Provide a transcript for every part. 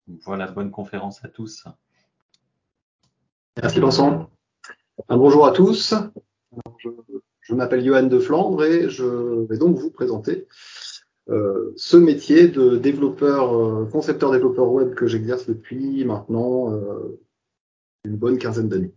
Voilà, bonne conférence à tous. Merci Vincent. Un bonjour à tous. Je, je m'appelle Johan de Flandre et je vais donc vous présenter ce métier de développeur, concepteur-développeur web que j'exerce depuis maintenant une bonne quinzaine d'années.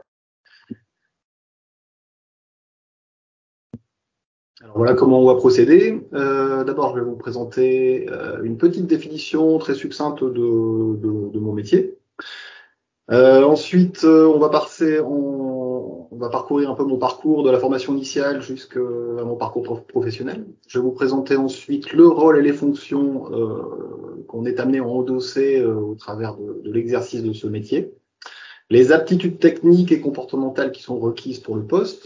Alors voilà comment on va procéder. D'abord, je vais vous présenter une petite définition très succincte de mon métier. Ensuite, on va parcourir un peu mon parcours de la formation initiale jusqu'à mon parcours professionnel. Je vais vous présenter ensuite le rôle et les fonctions qu'on est amené à endosser au travers de l'exercice de ce métier, les aptitudes techniques et comportementales qui sont requises pour le poste.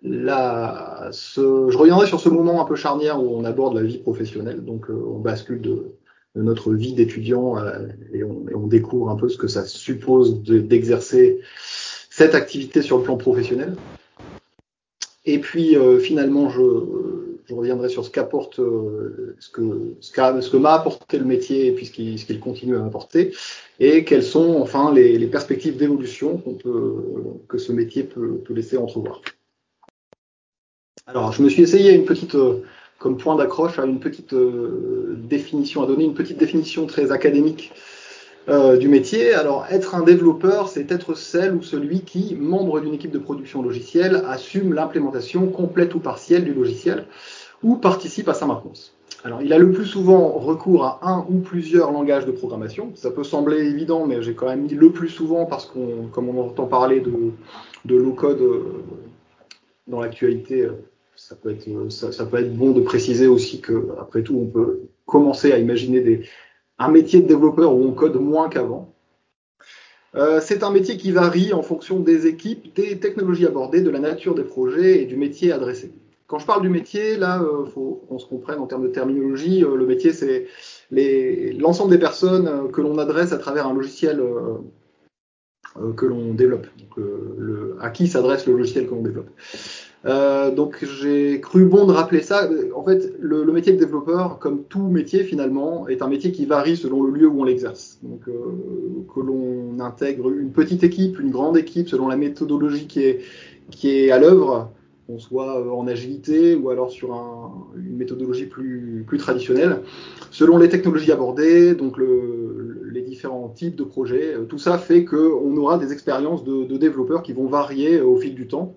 Je reviendrai sur ce moment un peu charnière où on aborde la vie professionnelle, donc on bascule de notre vie d'étudiant et on découvre un peu ce que ça suppose d'exercer cette activité sur le plan professionnel. Et puis finalement, je reviendrai sur ce qu'apporte, ce que m'a apporté le métier et puis ce qu'il continue à apporter, et quelles sont enfin les perspectives d'évolution que ce métier peut laisser entrevoir. Alors, je me suis essayé comme point d'accroche à une petite définition, à donner une petite définition très académique du métier. Alors, être un développeur, c'est être celle ou celui qui, membre d'une équipe de production logicielle, assume l'implémentation complète ou partielle du logiciel ou participe à sa maintenance. Alors, il a le plus souvent recours à un ou plusieurs langages de programmation. Ça peut sembler évident, mais j'ai quand même mis le plus souvent parce comme on entend parler de low-code dans l'actualité, ça peut être bon de préciser aussi que, après tout, on peut commencer à imaginer un métier de développeur où on code moins qu'avant. C'est un métier qui varie en fonction des équipes, des technologies abordées, de la nature des projets et du métier adressé. Quand je parle du métier, là, faut qu'on se comprenne en termes de terminologie. Le métier, c'est l'ensemble des personnes que l'on adresse à travers un logiciel que l'on développe. Donc, à qui s'adresse le logiciel que l'on développe. Donc j'ai cru bon de rappeler ça. En fait, le métier de développeur, comme tout métier finalement, est un métier qui varie selon le lieu où on l'exerce. Donc que l'on intègre une petite équipe, une grande équipe, selon la méthodologie qui est à l'œuvre, qu'on soit en agilité ou alors sur une méthodologie plus traditionnelle, selon les technologies abordées, donc les différents types de projets, tout ça fait qu'on aura des expériences de développeurs qui vont varier au fil du temps.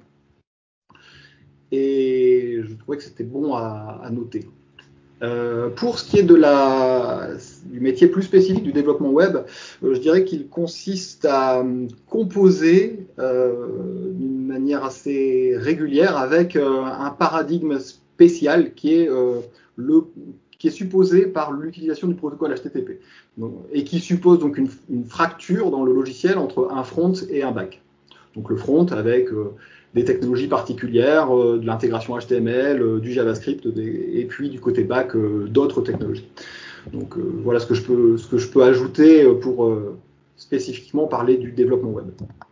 Et je trouvais que c'était bon à noter. Pour ce qui est du métier plus spécifique du développement web, je dirais qu'il consiste à composer d'une manière assez régulière avec un paradigme spécial qui est supposé par l'utilisation du protocole HTTP et qui suppose donc une fracture dans le logiciel entre un front et un back. Donc le front avec des technologies particulières, de l'intégration HTML, du JavaScript, et puis du côté back, d'autres technologies. Donc voilà ce que je peux ajouter pour spécifiquement parler du développement web.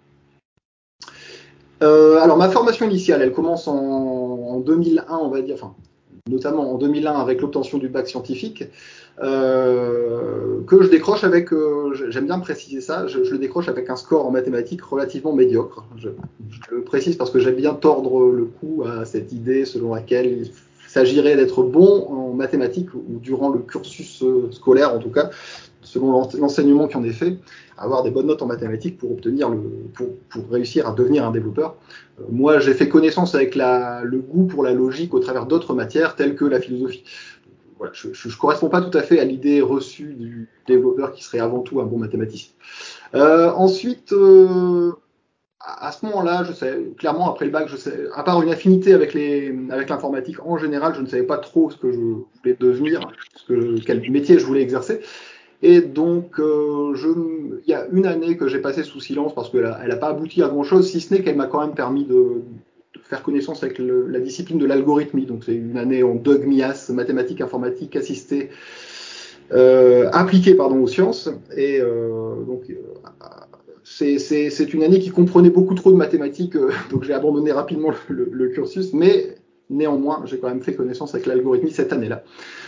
Alors ma formation initiale, elle commence en 2001, on va dire, enfin notamment en 2001 avec l'obtention du bac scientifique, que je décroche avec, j'aime bien préciser ça, je le décroche avec un score en mathématiques relativement médiocre. Je le précise parce que j'aime bien tordre le cou à cette idée selon laquelle il s'agirait d'être bon en mathématiques ou durant le cursus scolaire en tout cas, selon l'enseignement qui en est fait, avoir des bonnes notes en mathématiques pour pour réussir à devenir un développeur. Moi, j'ai fait connaissance avec le goût pour la logique au travers d'autres matières telles que la philosophie. Voilà, je ne correspond pas tout à fait à l'idée reçue du développeur qui serait avant tout un bon mathématicien. Ensuite, à ce moment-là, je sais, clairement, après le bac, je sais, à part une affinité avec l'informatique en général, je ne savais pas trop ce que je voulais devenir, quel métier je voulais exercer. Et donc, il y a une année que j'ai passée sous silence parce qu'elle n'a pas abouti à grand-chose, si ce n'est qu'elle m'a quand même permis de faire connaissance avec la discipline de l'algorithmie. Donc, c'est une année en DOG-MIAS, mathématiques informatiques assistées, appliquées aux sciences. Et donc, c'est une année qui comprenait beaucoup trop de mathématiques, donc j'ai abandonné rapidement le cursus, mais néanmoins, j'ai quand même fait connaissance avec l'algorithmie cette année-là.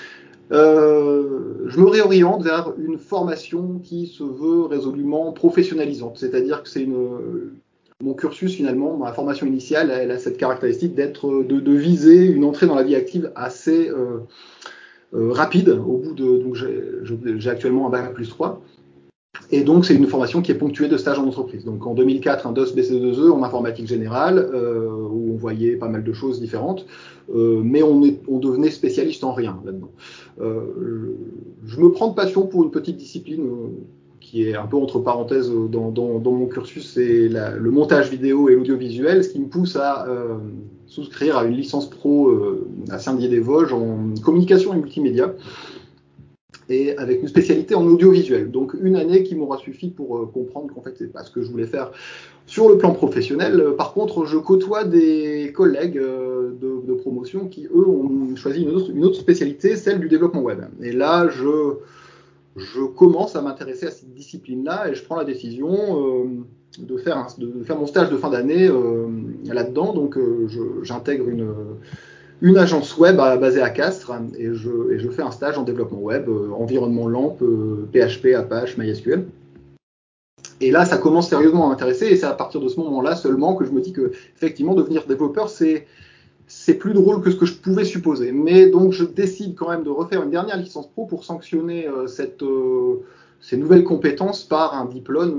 Je me réoriente vers une formation qui se veut résolument professionnalisante, c'est-à-dire que mon cursus finalement, ma formation initiale, elle a cette caractéristique de viser une entrée dans la vie active assez rapide. Au bout de, donc j'ai actuellement un bac plus 3. Et donc, c'est une formation qui est ponctuée de stages en entreprise. Donc, en 2004, un DOS BC2E en informatique générale, où on voyait pas mal de choses différentes, mais on devenait spécialiste en rien là-dedans. Je me prends de passion pour une petite discipline qui est un peu entre parenthèses dans mon cursus, c'est le montage vidéo et l'audiovisuel, ce qui me pousse à souscrire à une licence pro à Saint-Dié-des-Vosges en communication et multimédia, et avec une spécialité en audiovisuel. Donc une année qui m'aura suffi pour comprendre qu'en fait c'est pas ce que je voulais faire sur le plan professionnel. Par contre, je côtoie des collègues de promotion qui eux ont choisi une autre spécialité, celle du développement web. Et là, je commence à m'intéresser à cette discipline-là et je prends la décision de faire mon stage de fin d'année là-dedans. Donc j'intègre une agence web basée à Castres et je fais un stage en développement web, environnement LAMP, PHP, Apache, MySQL. Et là, ça commence sérieusement à m'intéresser et c'est à partir de ce moment-là seulement que je me dis que effectivement devenir développeur, c'est plus drôle que ce que je pouvais supposer. Mais donc, je décide quand même de refaire une dernière licence pro pour sanctionner ces nouvelles compétences par un diplôme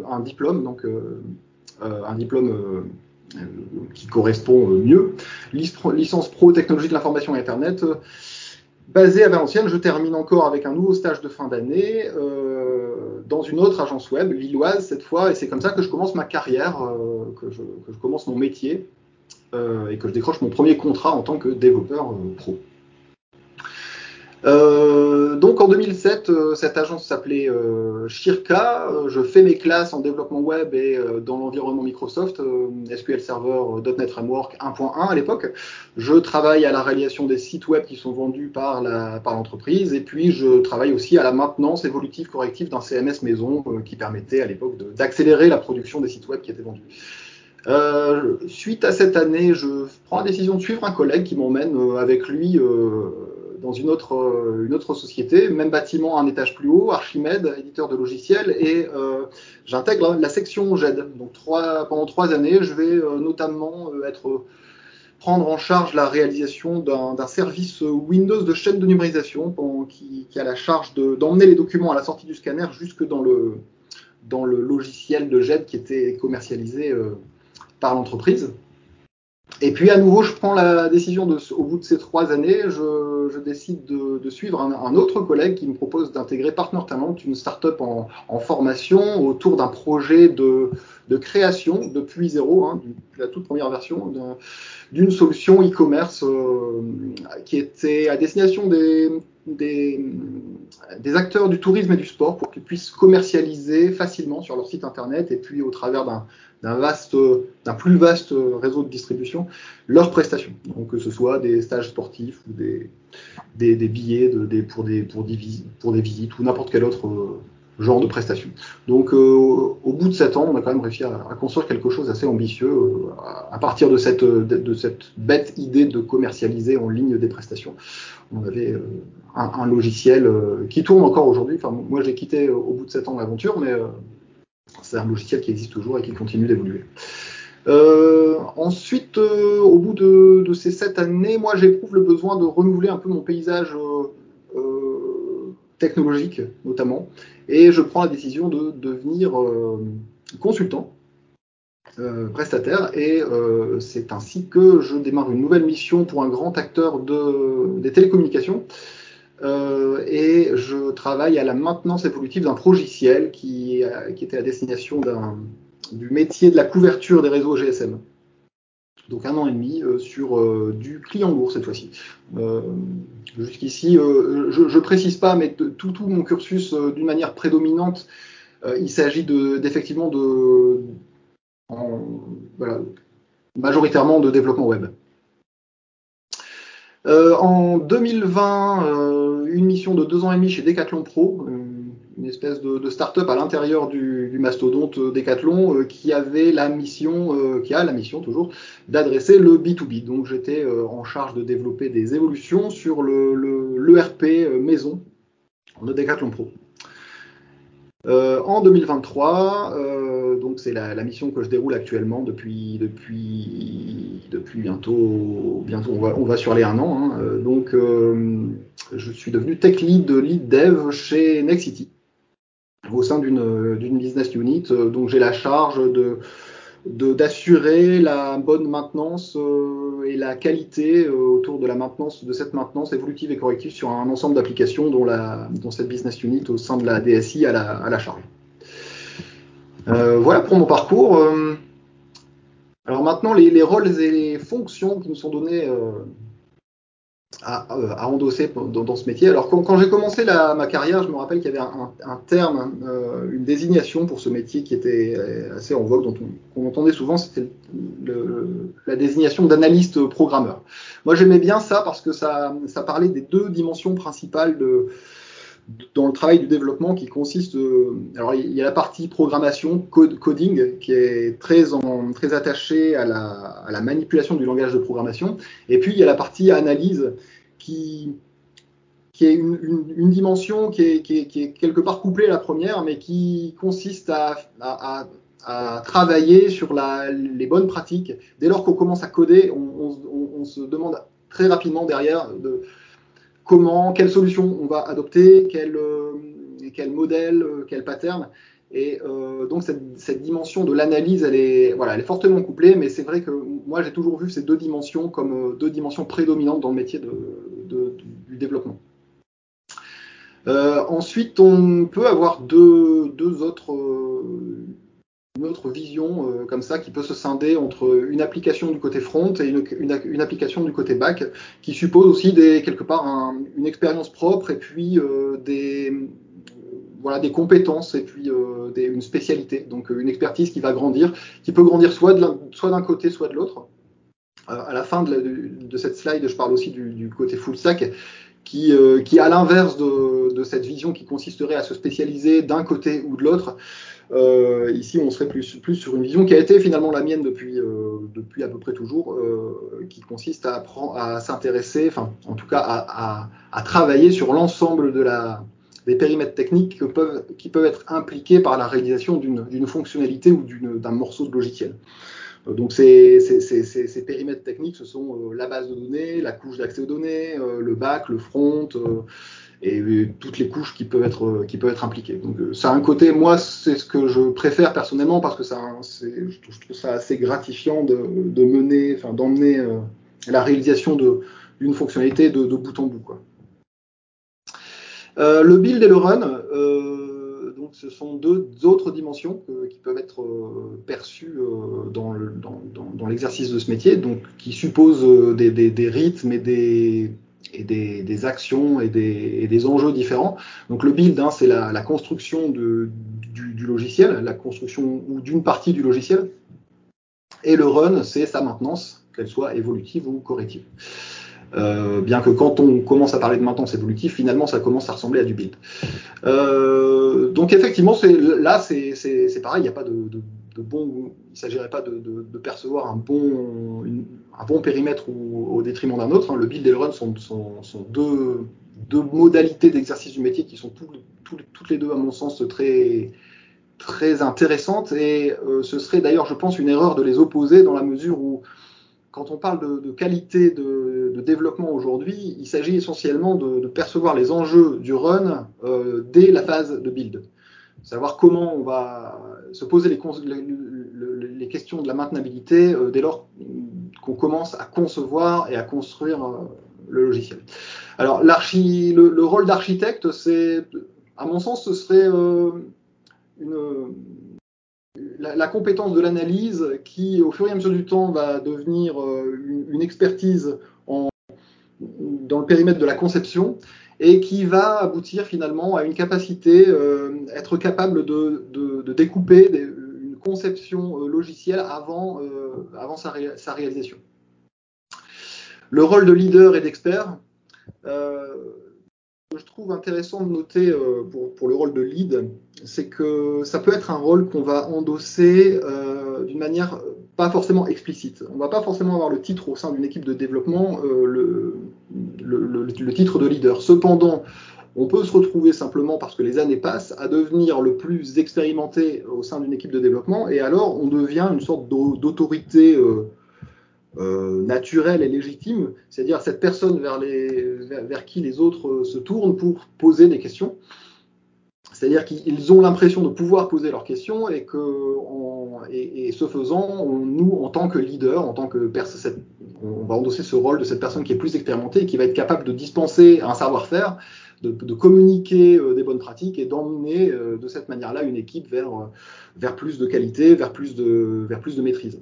qui correspond mieux. Licence pro technologie de l'information et Internet, basée à Valenciennes. Je termine encore avec un nouveau stage de fin d'année dans une autre agence web, lilloise cette fois, et c'est comme ça que je commence ma carrière, que je commence mon métier et que je décroche mon premier contrat en tant que développeur pro. Donc en 2007, cette agence s'appelait Shirka. Je fais mes classes en développement web et dans l'environnement Microsoft, SQL Server, .NET Framework 1.1 à l'époque. Je travaille à la réalisation des sites web qui sont vendus par l'entreprise et puis je travaille aussi à la maintenance évolutive corrective d'un CMS maison qui permettait à l'époque d'accélérer la production des sites web qui étaient vendus. Suite à cette année, je prends la décision de suivre un collègue qui m'emmène avec lui dans une autre société, même bâtiment, un étage plus haut, Archimède, éditeur de logiciels, et j'intègre la section GED. Donc pendant 3 années, je vais notamment prendre en charge la réalisation d'un service Windows de chaîne de numérisation qui a la charge d'emmener les documents à la sortie du scanner jusque dans le logiciel de GED qui était commercialisé par l'entreprise. Et puis à nouveau, je prends la décision au bout de ces 3 années, je décide de suivre un autre collègue qui me propose d'intégrer Partner Talent, une start-up en formation autour d'un projet de création depuis zéro, la toute première version d'une solution e-commerce qui était à destination des acteurs du tourisme et du sport pour qu'ils puissent commercialiser facilement sur leur site internet et puis au travers d'un plus vaste réseau de distribution leurs prestations. Donc que ce soit des stages sportifs ou des billets pour des visites ou n'importe quel autre genre de prestations. Donc au bout de 7 ans, on a quand même réussi à construire quelque chose d'assez ambitieux à partir de cette bête idée de commercialiser en ligne des prestations. On avait un logiciel qui tourne encore aujourd'hui. Enfin, moi, j'ai quitté au bout de 7 ans l'aventure, mais c'est un logiciel qui existe toujours et qui continue d'évoluer. Ensuite, au bout de ces 7 années, moi, j'éprouve le besoin de renouveler un peu mon paysage technologique, notamment, et je prends la décision de devenir consultant, prestataire, et c'est ainsi que je démarre une nouvelle mission pour un grand acteur des télécommunications. Et je travaille à la maintenance évolutive d'un progiciel qui était à destination du métier de la couverture des réseaux GSM. Donc 1 an et demi sur du client lourd cette fois-ci. Jusqu'ici, je précise pas, mais tout mon cursus d'une manière prédominante, il s'agit d'effectivement majoritairement de développement web. En 2020, une mission de 2 ans et demi chez Decathlon Pro, une espèce de start-up à l'intérieur du mastodonte Decathlon qui avait la mission, qui a la mission toujours, d'adresser le B2B. Donc j'étais en charge de développer des évolutions sur l'ERP maison de Decathlon Pro. En 2023, donc c'est la mission que je déroule actuellement depuis bientôt on va sur les 1 an. Hein. Donc je suis devenu tech lead dev chez Nexity au sein d'une business unit. Donc j'ai la charge d'assurer la bonne maintenance et la qualité autour de cette maintenance évolutive et corrective sur un ensemble d'applications dont cette business unit au sein de la DSI a la charge. Voilà pour mon parcours. Alors maintenant, les rôles et les fonctions qui nous sont donnés à endosser dans ce métier. Alors quand j'ai commencé ma carrière, je me rappelle qu'il y avait un terme, une désignation pour ce métier qui était assez en vogue, qu'on entendait souvent, c'était la désignation d'analyste programmeur. Moi j'aimais bien ça parce que ça parlait des deux dimensions principales dans le travail du développement qui consiste, alors il y a la partie programmation, coding, qui est très attaché à la manipulation du langage de programmation, et puis il y a la partie analyse qui est une dimension qui est quelque part couplée à la première, mais qui consiste à travailler sur les bonnes pratiques. Dès lors qu'on commence à coder, on se demande très rapidement derrière quelle solution on va adopter, quel modèle, quel pattern. Et donc cette dimension de l'analyse, elle est fortement couplée, mais c'est vrai que moi j'ai toujours vu ces deux dimensions comme deux dimensions prédominantes dans le métier du développement. Ensuite, on peut avoir une autre vision comme ça qui peut se scinder entre une application du côté front et une application du côté back, qui suppose aussi quelque part une expérience propre et puis des compétences et puis une spécialité, donc une expertise qui va grandir, qui peut grandir soit d'un côté, soit de l'autre. À la fin de cette slide, je parle aussi du côté full stack, qui à l'inverse de cette vision qui consisterait à se spécialiser d'un côté ou de l'autre. Ici, on serait plus sur une vision qui a été finalement la mienne depuis à peu près toujours, qui consiste à s'intéresser, enfin, en tout cas, à travailler sur l'ensemble des périmètres techniques qui peuvent être impliqués par la réalisation d'une fonctionnalité ou d'un morceau de logiciel. Donc ces périmètres techniques, ce sont la base de données, la couche d'accès aux données, le back, le front, et toutes les couches qui peuvent être impliquées. Donc ça a un côté, moi c'est ce que je préfère personnellement parce que je trouve ça assez gratifiant d'emmener la réalisation d'une fonctionnalité de bout en bout, quoi. Le build et le run, donc ce sont deux autres dimensions qui peuvent être perçues dans l'exercice de ce métier, donc qui supposent des rythmes et des actions et des enjeux différents. Donc le build, c'est la construction du logiciel, la construction ou d'une partie du logiciel, et le run, c'est sa maintenance, qu'elle soit évolutive ou corrective. Bien que quand on commence à parler de maintenance évolutive, finalement, ça commence à ressembler à du build. Donc effectivement, c'est pareil, il n'y a pas de bon, il ne s'agirait pas de percevoir un bon périmètre au détriment d'un autre. Hein. Le build et le run sont deux modalités d'exercice du métier qui sont toutes les deux, à mon sens, très, très intéressantes. Et ce serait d'ailleurs, je pense, une erreur de les opposer dans la mesure où, quand on parle de qualité de développement aujourd'hui, il s'agit essentiellement de percevoir les enjeux du run dès la phase de build. Savoir comment on va se poser les questions de la maintenabilité dès lors qu'on commence à concevoir et à construire le logiciel. Alors le rôle d'architecte, à mon sens, ce serait la compétence de l'analyse qui, au fur et à mesure du temps, va devenir une expertise dans le périmètre de la conception et qui va aboutir finalement à une capacité, être capable de découper une conception logicielle avant sa réalisation. Le rôle de leader et d'expert, que je trouve intéressant de noter pour le rôle de lead, c'est que ça peut être un rôle qu'on va endosser d'une manière pas forcément explicite. On va pas forcément avoir le titre au sein d'une équipe de développement, le titre de leader. Cependant, on peut se retrouver simplement parce que les années passent à devenir le plus expérimenté au sein d'une équipe de développement, et alors on devient une sorte d'autorité naturelle et légitime, c'est-à-dire cette personne vers qui les autres se tournent pour poser des questions. C'est-à-dire qu'ils ont l'impression de pouvoir poser leurs questions et ce faisant, nous, en tant que leader, en tant que on va endosser ce rôle de cette personne qui est plus expérimentée et qui va être capable de dispenser un savoir-faire, de communiquer des bonnes pratiques et d'emmener de cette manière-là une équipe vers plus de qualité, vers plus de maîtrise.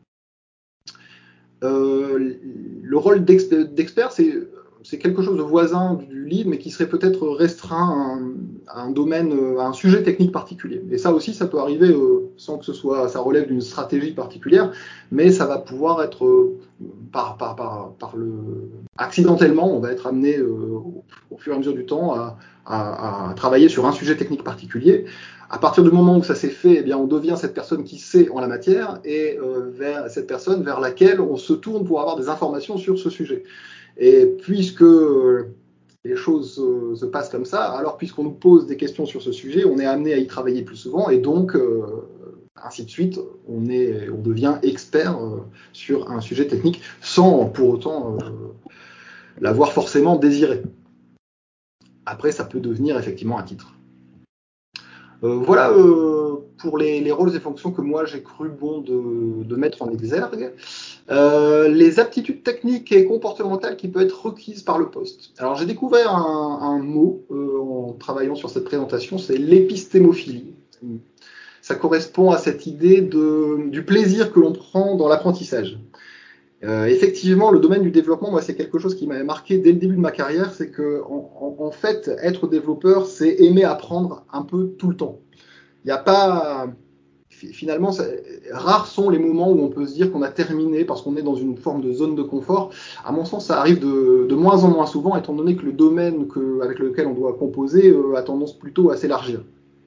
Le rôle d'expert, c'est quelque chose de voisin du lead, mais qui serait peut-être restreint à un domaine, à un sujet technique particulier. Et ça aussi, ça peut arriver sans que ça relève d'une stratégie particulière, mais ça va pouvoir être accidentellement, on va être amené au fur et à mesure du temps à travailler sur un sujet technique particulier. À partir du moment où ça s'est fait, eh bien, on devient cette personne qui sait en la matière et vers cette personne vers laquelle on se tourne pour avoir des informations sur ce sujet. Et puisque les choses se passent comme ça, alors puisqu'on nous pose des questions sur ce sujet, on est amené à y travailler plus souvent et donc, ainsi de suite, on devient expert sur un sujet technique sans pour autant l'avoir forcément désiré. Après, ça peut devenir effectivement un titre. Voilà pour les rôles et fonctions que moi j'ai cru bon de mettre en exergue. Les aptitudes techniques et comportementales qui peuvent être requises par le poste. Alors j'ai découvert un mot en travaillant sur cette présentation, c'est l'épistémophilie. Ça correspond à cette idée du plaisir que l'on prend dans l'apprentissage. Effectivement, le domaine du développement, moi, c'est quelque chose qui m'avait marqué dès le début de ma carrière, c'est que en fait, être développeur, c'est aimer apprendre un peu tout le temps. Il n'y a pas, finalement, rares sont les moments où on peut se dire qu'on a terminé parce qu'on est dans une forme de zone de confort. À mon sens, ça arrive de moins en moins souvent, étant donné que le domaine avec lequel on doit composer a tendance plutôt à s'élargir.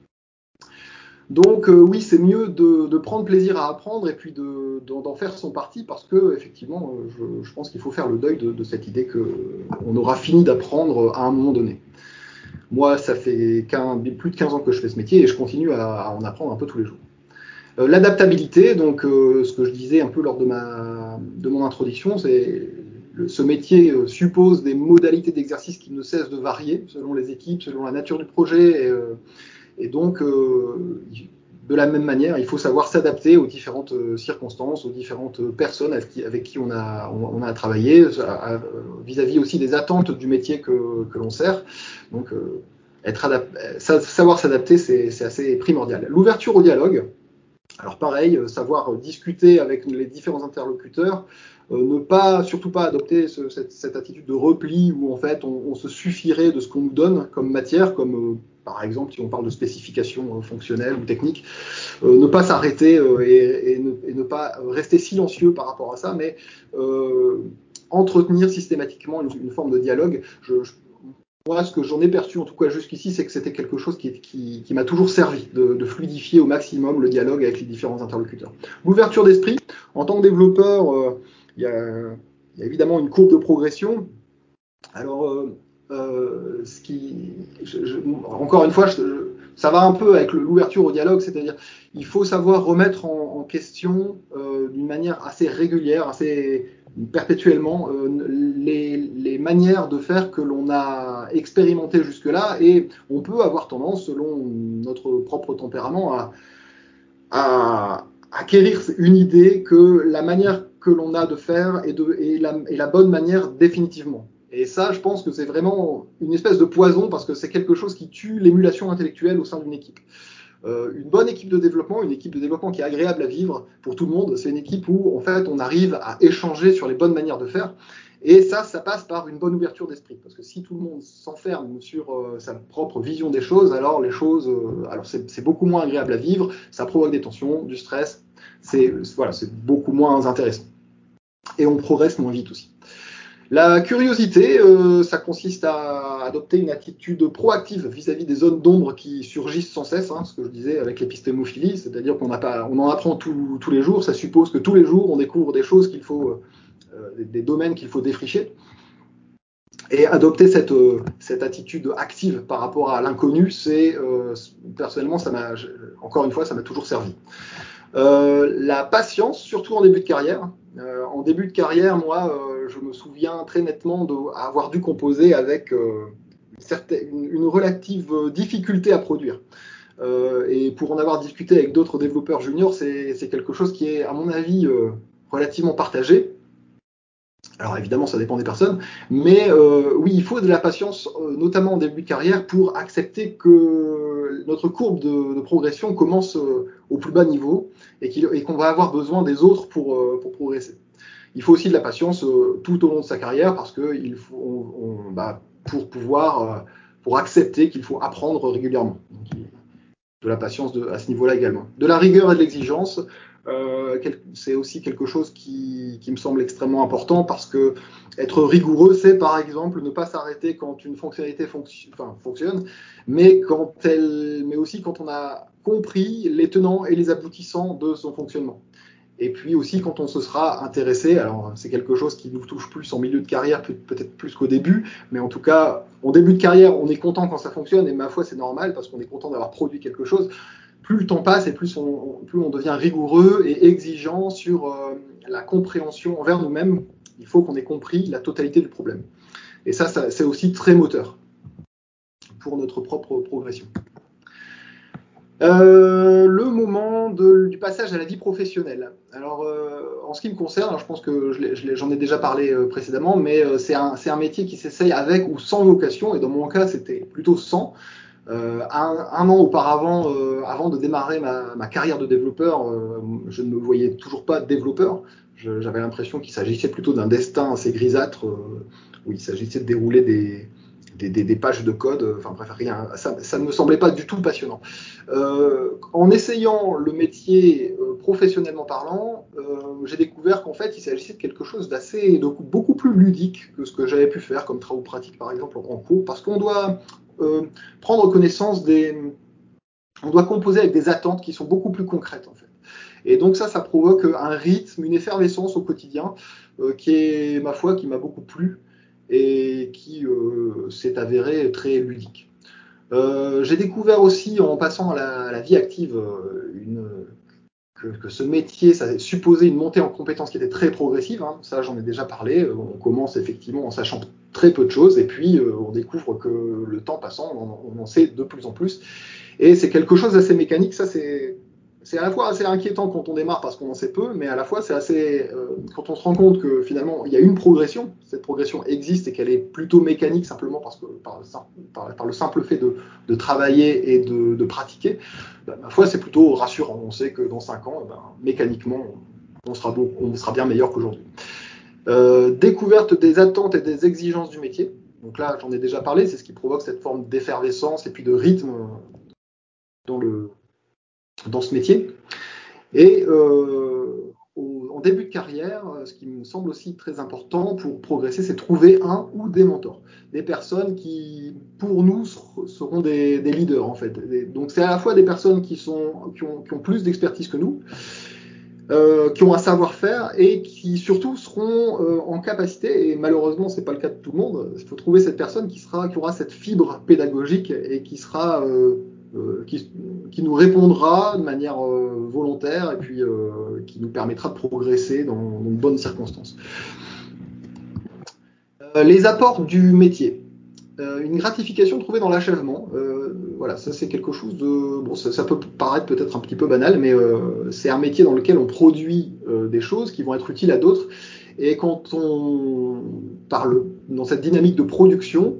Donc oui, c'est mieux de prendre plaisir à apprendre et puis d'en faire son parti parce que effectivement, je pense qu'il faut faire le deuil de cette idée qu'on aura fini d'apprendre à un moment donné. Moi, ça fait plus de 15 ans que je fais ce métier et je continue à en apprendre un peu tous les jours. L'adaptabilité, donc ce que je disais un peu lors de mon introduction, c'est ce métier suppose des modalités d'exercice qui ne cessent de varier selon les équipes, selon la nature du projet. Et donc, de la même manière, il faut savoir s'adapter aux différentes circonstances, aux différentes personnes avec qui on a à travailler, vis-à-vis aussi des attentes du métier que l'on sert. Donc, savoir s'adapter, c'est assez primordial. L'ouverture au dialogue. Alors pareil, savoir discuter avec les différents interlocuteurs, surtout pas adopter cette attitude de repli où en fait on se suffirait de ce qu'on nous donne comme matière, comme par exemple si on parle de spécifications fonctionnelles ou techniques, ne pas s'arrêter et ne pas rester silencieux par rapport à ça, mais entretenir systématiquement une forme de dialogue. Moi, ce que j'en ai perçu, en tout cas jusqu'ici, c'est que c'était quelque chose qui m'a toujours servi, de fluidifier au maximum le dialogue avec les différents interlocuteurs. L'ouverture d'esprit, en tant que développeur, il y a évidemment une courbe de progression. Alors, encore une fois, ça va un peu avec l'ouverture au dialogue, c'est-à-dire il faut savoir remettre en question d'une manière assez régulière, assez perpétuellement les manières de faire que l'on a expérimenté jusque-là, et on peut avoir tendance, selon notre propre tempérament, à acquérir une idée que la manière que l'on a de faire est la bonne manière définitivement. Et ça, je pense que c'est vraiment une espèce de poison parce que c'est quelque chose qui tue l'émulation intellectuelle au sein d'une équipe. Une bonne équipe de développement qui est agréable à vivre pour tout le monde, c'est une équipe où en fait on arrive à échanger sur les bonnes manières de faire. Et ça passe par une bonne ouverture d'esprit. Parce que si tout le monde s'enferme sur sa propre vision des choses, alors les choses, c'est beaucoup moins agréable à vivre, ça provoque des tensions, du stress, c'est beaucoup moins intéressant. Et on progresse moins vite aussi. La curiosité, ça consiste à adopter une attitude proactive vis-à-vis des zones d'ombre qui surgissent sans cesse, ce que je disais avec l'épistémophilie, c'est-à-dire on en apprend tous les jours, ça suppose que tous les jours on découvre des choses des domaines qu'il faut défricher. Et adopter cette attitude active par rapport à l'inconnu, personnellement, encore une fois, ça m'a toujours servi. La patience, surtout en début de carrière. En début de carrière, moi, je me souviens très nettement d'avoir dû composer avec une relative difficulté à produire. Et pour en avoir discuté avec d'autres développeurs juniors, c'est quelque chose qui est, à mon avis, relativement partagé. Alors évidemment, ça dépend des personnes, mais oui, il faut de la patience, notamment en début de carrière, pour accepter que notre courbe de progression commence au plus bas niveau et qu'on va avoir besoin des autres pour progresser. Il faut aussi de la patience tout au long de sa carrière parce que pour accepter qu'il faut apprendre régulièrement. Donc, de la patience à ce niveau-là également. De la rigueur et de l'exigence. C'est aussi quelque chose qui me semble extrêmement important parce que être rigoureux, c'est par exemple ne pas s'arrêter quand une fonctionnalité fonctionne, mais aussi quand on a compris les tenants et les aboutissants de son fonctionnement. Et puis aussi quand on se sera intéressé, alors c'est quelque chose qui nous touche plus en milieu de carrière, peut-être plus qu'au début, mais en tout cas, en début de carrière, on est content quand ça fonctionne, et ma foi, c'est normal, parce qu'on est content d'avoir produit quelque chose. Plus le temps passe et plus on devient rigoureux et exigeant sur la compréhension envers nous-mêmes. Il faut qu'on ait compris la totalité du problème. Et ça c'est aussi très moteur pour notre propre progression. Le moment du passage à la vie professionnelle. Alors, en ce qui me concerne, alors je pense que j'en ai déjà parlé précédemment, mais c'est un métier qui s'essaye avec ou sans vocation, et dans mon cas, c'était plutôt sans. Un an auparavant, avant de démarrer ma carrière de développeur, je ne me voyais toujours pas développeur. J'avais l'impression qu'il s'agissait plutôt d'un destin assez grisâtre, où il s'agissait de dérouler des pages de code. Enfin bref, rien. Ça ne me semblait pas du tout passionnant. En essayant le métier professionnellement parlant, j'ai découvert qu'en fait, il s'agissait de quelque chose beaucoup plus ludique que ce que j'avais pu faire comme travaux pratiques, par exemple, en cours, parce qu'on doit prendre connaissance on doit composer avec des attentes qui sont beaucoup plus concrètes en fait. Et donc ça provoque un rythme, une effervescence au quotidien qui m'a beaucoup plu et qui s'est avéré très ludique. J'ai découvert aussi en passant à la vie active que ce métier, ça supposait une montée en compétences qui était très progressive. Ça, j'en ai déjà parlé. On commence effectivement en sachant très peu de choses et puis on découvre que le temps passant, on en sait de plus en plus. Et c'est quelque chose d'assez mécanique. Ça, c'est à la fois assez inquiétant quand on démarre parce qu'on en sait peu, mais à la fois c'est assez quand on se rend compte que finalement il y a une progression, cette progression existe et qu'elle est plutôt mécanique simplement parce que par le simple fait de travailler et de pratiquer, ma foi c'est plutôt rassurant. On sait que dans 5 ans, mécaniquement on sera bien meilleur qu'aujourd'hui. Découverte des attentes et des exigences du métier. Donc là j'en ai déjà parlé, c'est ce qui provoque cette forme d'effervescence et puis de rythme dans ce métier. Et en début de carrière, ce qui me semble aussi très important pour progresser, c'est trouver un ou des mentors. Des personnes qui, pour nous, seront des leaders, en fait. Donc, c'est à la fois des personnes qui ont plus d'expertise que nous, qui ont un savoir-faire et qui, surtout, seront en capacité, et malheureusement, c'est pas le cas de tout le monde, il faut trouver cette personne qui aura cette fibre pédagogique et qui sera... qui nous répondra de manière volontaire et puis qui nous permettra de progresser dans de bonnes circonstances. Les apports du métier. Une gratification trouvée dans l'achèvement. Voilà, ça c'est quelque chose de... Bon, ça peut paraître peut-être un petit peu banal, mais c'est un métier dans lequel on produit des choses qui vont être utiles à d'autres. Et quand on parle dans cette dynamique de production,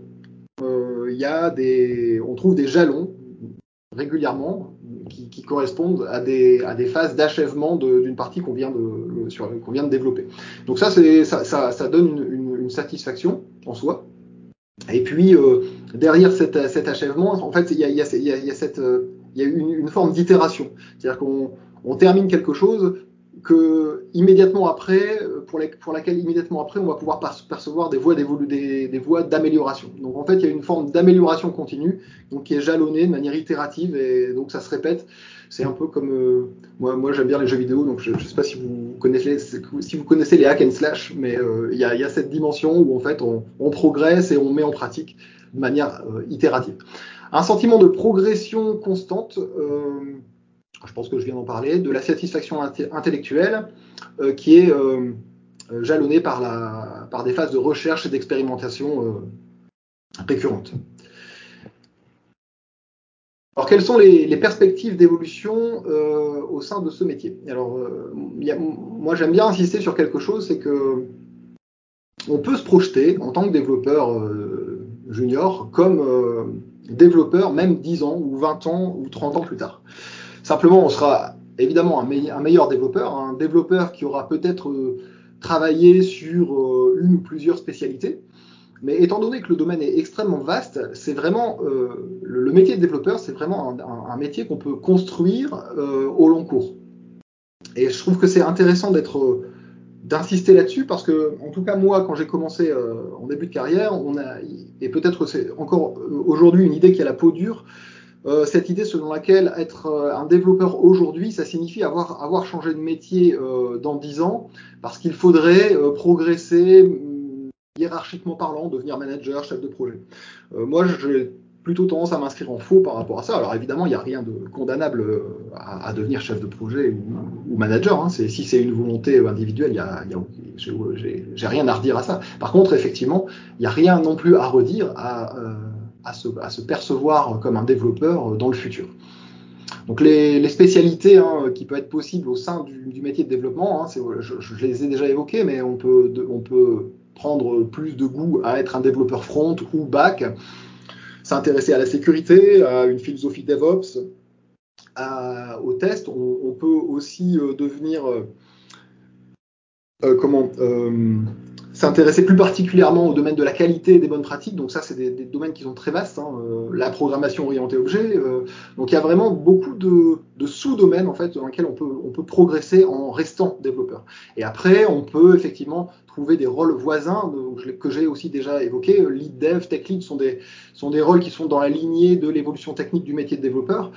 on trouve des jalons régulièrement qui correspondent à des phases d'achèvement d'une partie qu'on vient de développer. Donc ça donne une satisfaction en soi. Et puis derrière cet achèvement, en fait, il y a une forme d'itération. C'est-à-dire qu'on termine quelque chose immédiatement après, pour laquelle immédiatement après, on va pouvoir percevoir des voies d'amélioration. Donc en fait, il y a une forme d'amélioration continue, donc qui est jalonnée de manière itérative, et donc ça se répète. C'est un peu comme moi j'aime bien les jeux vidéo, donc je ne sais pas si vous connaissez les hack and slash, mais il y a cette dimension où en fait on progresse et on met en pratique de manière itérative. Un sentiment de progression constante. Je pense que je viens d'en parler, de la satisfaction intellectuelle qui est jalonnée par des phases de recherche et d'expérimentation récurrentes. Alors, quelles sont les perspectives d'évolution au sein de ce métier? Alors, moi, j'aime bien insister sur quelque chose, c'est que on peut se projeter en tant que développeur junior comme développeur même 10 ans ou 20 ans ou 30 ans plus tard. Simplement, on sera évidemment un meilleur développeur, un développeur qui aura peut-être travaillé sur une ou plusieurs spécialités. Mais étant donné que le domaine est extrêmement vaste, c'est vraiment le métier de développeur, c'est vraiment un métier qu'on peut construire au long cours. Et je trouve que c'est intéressant d'insister là-dessus parce que, en tout cas moi, quand j'ai commencé en début de carrière, et peut-être c'est encore aujourd'hui une idée qui a la peau dure. Cette idée selon laquelle être un développeur aujourd'hui, ça signifie avoir changé de métier dans 10 ans, parce qu'il faudrait progresser hiérarchiquement parlant, devenir manager, chef de projet. Moi, j'ai plutôt tendance à m'inscrire en faux par rapport à ça. Alors évidemment, il n'y a rien de condamnable à devenir chef de projet ou manager. Hein. Si c'est une volonté individuelle, j'ai rien à redire à ça. Par contre, effectivement, il n'y a rien non plus à redire à se percevoir comme un développeur dans le futur. Donc les spécialités qui peuvent être possibles au sein du métier de développement, je les ai déjà évoquées, mais on peut prendre plus de goût à être un développeur front ou back, s'intéresser à la sécurité, à une philosophie DevOps, au test. On peut aussi devenir s'intéresser plus particulièrement au domaine de la qualité et des bonnes pratiques. Donc ça, c'est des domaines qui sont très vastes. La programmation orientée objet. Donc il y a vraiment beaucoup de sous-domaines en fait dans lesquels on peut progresser en restant développeur. Et après, on peut effectivement trouver des rôles voisins que j'ai aussi déjà évoqués. Lead dev, tech lead sont des rôles qui sont dans la lignée de l'évolution technique du métier de développeur,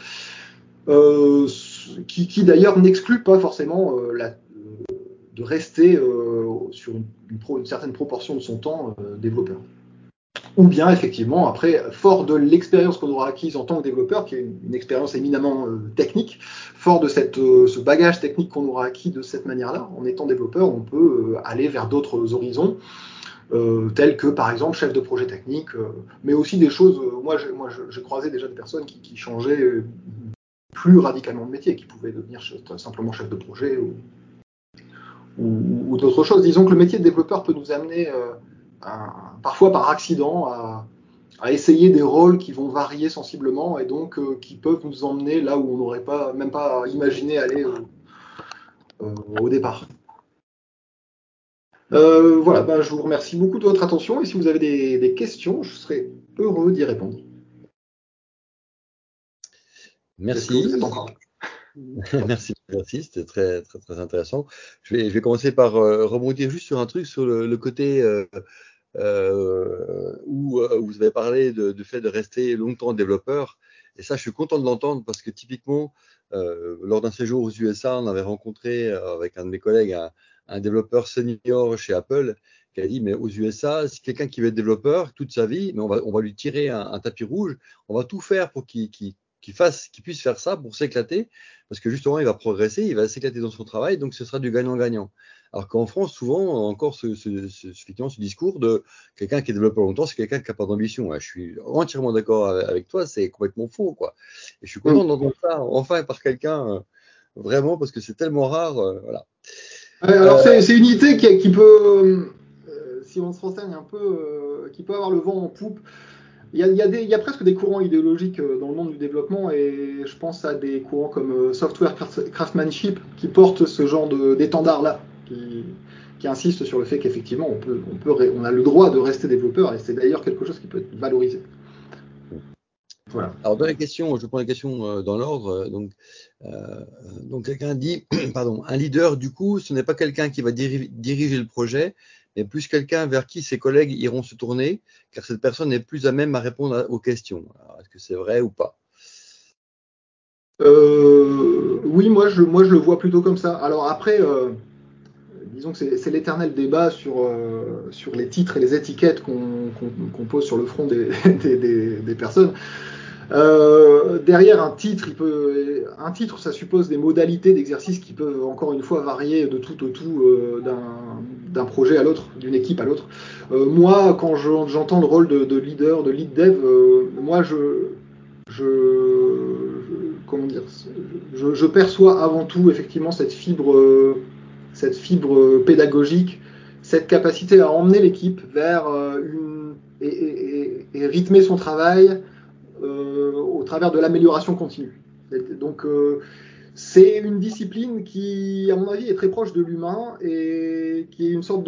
qui d'ailleurs n'excluent pas forcément de rester sur une certaine proportion de son temps développeur. Ou bien, effectivement, après, fort de l'expérience qu'on aura acquise en tant que développeur, qui est une expérience éminemment technique, fort de ce bagage technique qu'on aura acquis de cette manière-là, en étant développeur, on peut aller vers d'autres horizons, tels que, par exemple, chef de projet technique, mais aussi des choses... moi, j'ai croisé déjà des personnes qui changeaient plus radicalement de métier, qui pouvaient devenir simplement chef de projet ou d'autres choses. Disons que le métier de développeur peut nous amener, parfois par accident, à essayer des rôles qui vont varier sensiblement et donc qui peuvent nous emmener là où on n'aurait même pas imaginé aller au départ. Voilà, je vous remercie beaucoup de votre attention et si vous avez des questions, je serai heureux d'y répondre. Merci. Est-ce que vous êtes encore là? Merci, c'était très, très, très intéressant. Je vais commencer par rebondir juste sur un truc, sur le côté où vous avez parlé du fait de rester longtemps développeur. Et ça, je suis content de l'entendre parce que typiquement, lors d'un séjour aux USA, on avait rencontré avec un de mes collègues un développeur senior chez Apple qui a dit, mais aux USA, si quelqu'un qui veut être développeur toute sa vie, mais on va lui tirer un tapis rouge, on va tout faire pour qu'il puisse faire ça pour s'éclater, parce que justement, il va progresser, il va s'éclater dans son travail, donc ce sera du gagnant-gagnant. Alors qu'en France, souvent, encore effectivement, ce discours de quelqu'un qui développe longtemps, c'est quelqu'un qui n'a pas d'ambition. Je suis entièrement d'accord avec toi, c'est complètement faux, quoi. Et je suis content d'entendre ça, enfin, par quelqu'un, vraiment, parce que c'est tellement rare, voilà. Alors, c'est une idée qui peut, si on se renseigne un peu, qui peut avoir le vent en poupe. Il y a presque des courants idéologiques dans le monde du développement et je pense à des courants comme software craftsmanship qui portent ce genre d'étendard-là, qui insistent sur le fait qu'effectivement on a le droit de rester développeur et c'est d'ailleurs quelque chose qui peut être valorisé. Voilà. Alors, dans les questions, je prends les questions dans l'ordre. Donc quelqu'un dit, pardon, un leader, du coup, ce n'est pas quelqu'un qui va diriger le projet, mais plus quelqu'un vers qui ses collègues iront se tourner, car cette personne est plus à même à répondre aux questions. Alors, est-ce que c'est vrai ou pas? Oui, moi je le vois plutôt comme ça. Alors après, disons que c'est l'éternel débat sur les titres et les étiquettes qu'on pose sur le front des personnes. Derrière un titre, ça suppose des modalités d'exercice qui peuvent encore une fois varier de tout au tout d'un projet à l'autre, d'une équipe à l'autre. Moi, quand j'entends le rôle de leader, de lead dev, moi comment dire, je perçois avant tout effectivement cette fibre pédagogique, cette capacité à emmener l'équipe vers et rythmer son travail au travers de l'amélioration continue. Donc c'est une discipline qui, à mon avis, est très proche de l'humain et qui est une sorte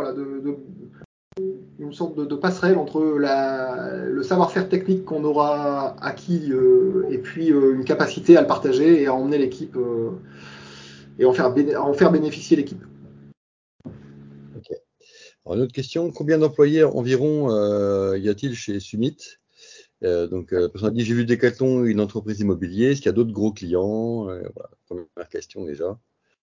de passerelle entre le savoir-faire technique qu'on aura acquis et puis une capacité à le partager et à emmener l'équipe et à en faire bénéficier l'équipe. Ok. Alors, une autre question, combien d'employés environ y a-t-il chez Summit? La personne a dit, j'ai vu Decathlon, une entreprise immobilière. Est-ce qu'il y a d'autres gros clients? Voilà, première question déjà.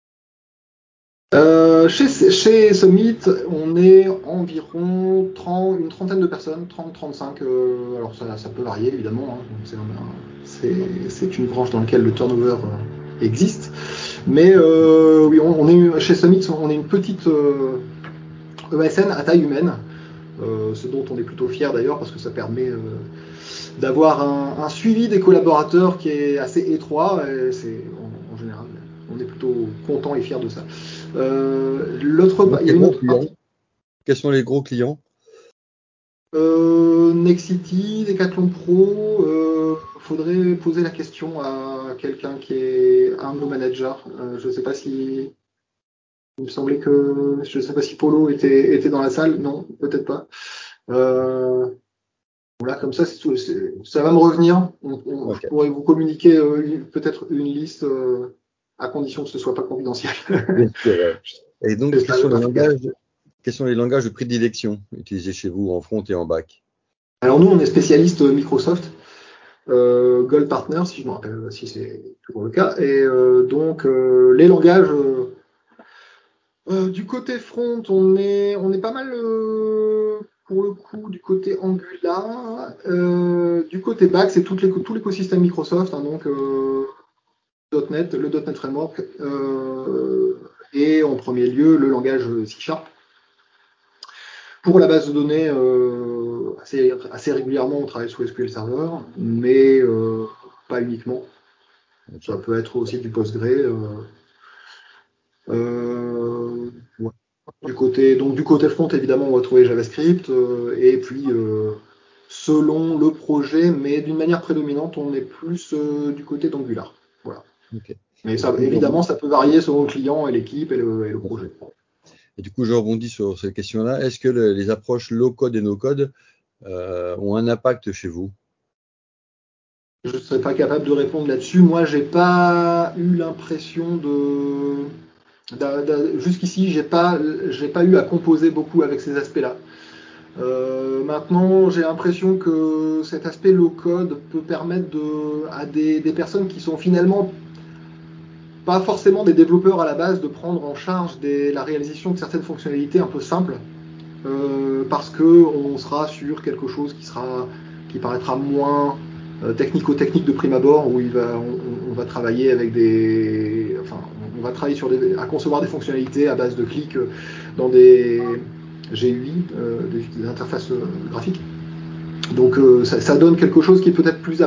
Chez Summit, on est environ une trentaine de personnes, 30-35. Alors ça peut varier évidemment, hein, c'est une branche dans laquelle le turnover existe. Mais oui, chez Summit, on est une petite ESN à taille humaine, ce dont on est plutôt fier d'ailleurs parce que ça permet d'avoir un suivi des collaborateurs qui est assez étroit. Et en général, on est plutôt content et fier de ça. Il y a une autre partie. Quels sont les gros clients? Nexity, Decathlon Pro, faudrait poser la question à quelqu'un qui est un de nos managers. Je ne sais pas si. Il me semblait que. Je ne sais pas si Polo était dans la salle. Non, peut-être pas. Voilà, comme ça, ça va me revenir. Okay. Je pourrais vous communiquer peut-être une liste à condition que ce ne soit pas confidentiel. Bien sûr, ouais. Et donc, quels sont les langages de prédilection utilisés chez vous en front et en back? Alors nous, on est spécialiste Microsoft, Gold Partner, si je me rappelle, si c'est toujours le cas. Et donc, les langages, du côté front, on est pas mal, pour le coup, du côté Angular. Du côté back, c'est tout l'écosystème Microsoft, hein, donc .NET, le .NET Framework, et en premier lieu, le langage C#. Pour la base de données, assez régulièrement, on travaille sous SQL Server, mais pas uniquement. Okay. Ça peut être aussi du Postgre. Ouais. Du côté front, évidemment, on va trouver JavaScript, et puis selon le projet, mais d'une manière prédominante, on est plus du côté d'Angular. Voilà. Okay. Mais ça, évidemment, ça peut varier selon le client et l'équipe et le projet. Et du coup, je rebondis sur cette question-là. Est-ce que les approches low-code et no-code ont un impact chez vous? Je ne serais pas capable de répondre là-dessus. Moi, j'ai pas eu l'impression jusqu'ici, j'ai pas eu à composer beaucoup avec ces aspects-là. Maintenant, j'ai l'impression que cet aspect low-code peut permettre à des personnes qui sont finalement pas forcément des développeurs à la base de prendre en charge la réalisation de certaines fonctionnalités un peu simples, parce qu'on sera sur quelque chose qui paraîtra moins technico-technique de prime abord, où on va travailler avec on va travailler à concevoir des fonctionnalités à base de clics dans des GUI, des interfaces graphiques. Donc ça donne quelque chose qui est peut-être plus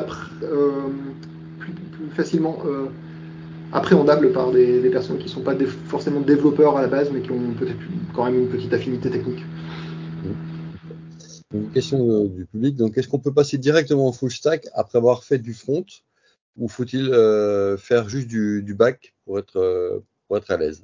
facilement appréhendable par des personnes qui ne sont pas forcément développeurs à la base, mais qui ont peut-être quand même une petite affinité technique. Donc, une question du public. Donc, est-ce qu'on peut passer directement au full stack après avoir fait du front, ou faut-il faire juste du back pour être à l'aise?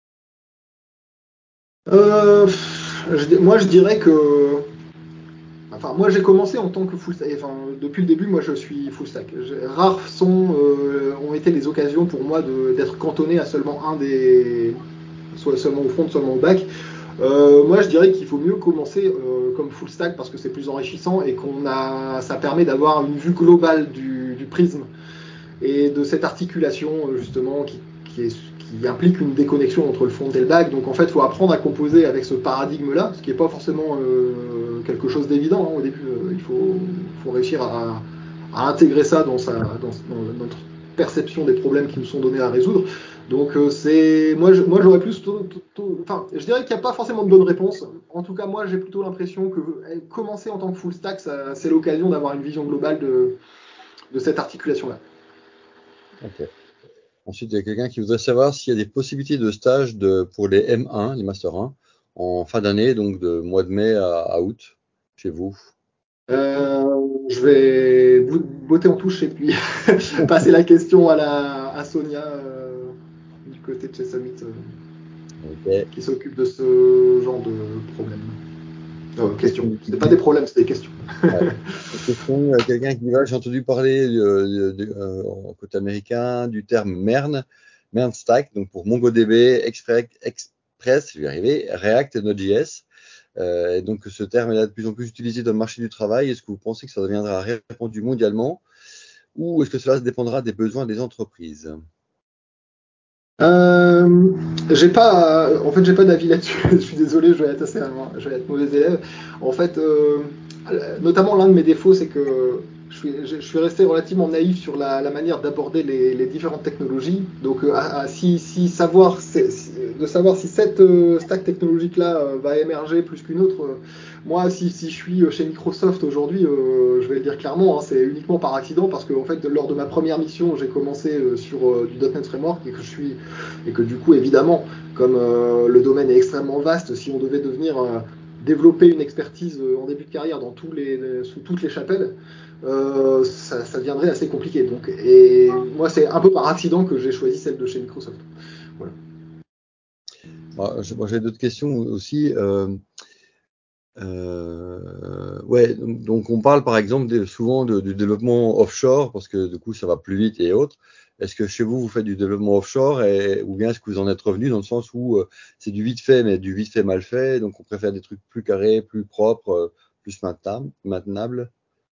Moi, je dirais que Enfin, moi, j'ai commencé en tant que full stack. Enfin, depuis le début, moi, je suis full stack. Rares ont été les occasions pour moi d'être cantonné à seulement soit seulement au front, seulement au back. Moi, je dirais qu'il faut mieux commencer comme full stack parce que c'est plus enrichissant et ça permet d'avoir une vue globale du prisme et de cette articulation justement qui implique une déconnexion entre le front et le back. Donc en fait, il faut apprendre à composer avec ce paradigme-là, ce qui n'est pas forcément quelque chose d'évident au début. Il faut réussir à intégrer ça dans notre perception des problèmes qui nous sont donnés à résoudre. Donc moi j'aurais plus enfin je dirais qu'il n'y a pas forcément de bonne réponse. En tout cas moi j'ai plutôt l'impression que commencer en tant que full stack c'est l'occasion d'avoir une vision globale de cette articulation là. Ok. Ensuite, il y a quelqu'un qui voudrait savoir s'il y a des possibilités de stage pour les M1, les Master 1, en fin d'année, donc de mois de mai à août, chez vous. Je vais botter en touche et puis passer la question à Sonia du côté de chez Summit Ok. qui s'occupe de ce genre de problème. Questions. C'est pas des problèmes, c'est des questions. Ouais. Une question, quelqu'un qui dit, voilà, j'ai entendu parler en côté américain du terme MERN Stack, donc pour MongoDB, Express, je vais y arriver, React et Node.js. Et donc ce terme est là de plus en plus utilisé dans le marché du travail. Est-ce que vous pensez que ça deviendra répandu mondialement ou est-ce que cela dépendra des besoins des entreprises? En fait, j'ai pas d'avis là-dessus. Je suis désolé, je vais être mauvais élève. En fait, notamment l'un de mes défauts, c'est que je suis resté relativement naïf sur la manière d'aborder les différentes technologies. Donc, de savoir si cette stack technologique-là va émerger plus qu'une autre. Moi, si je suis chez Microsoft aujourd'hui, je vais le dire clairement, hein, c'est uniquement par accident parce que en fait, lors de ma première mission, j'ai commencé sur du .NET Framework et que du coup, évidemment, comme le domaine est extrêmement vaste, si on devait devenir développer une expertise en début de carrière sous toutes les chapelles, ça deviendrait assez compliqué. Donc, et moi, c'est un peu par accident que j'ai choisi celle de chez Microsoft. Voilà. Moi, j'ai d'autres questions aussi. Ouais, donc on parle par exemple souvent du développement offshore parce que du coup ça va plus vite et autres. Est-ce que chez vous, vous faites du développement offshore ou bien est-ce que vous en êtes revenu dans le sens où c'est du vite fait, mais du vite fait mal fait, donc on préfère des trucs plus carrés, plus propres, plus maintenables?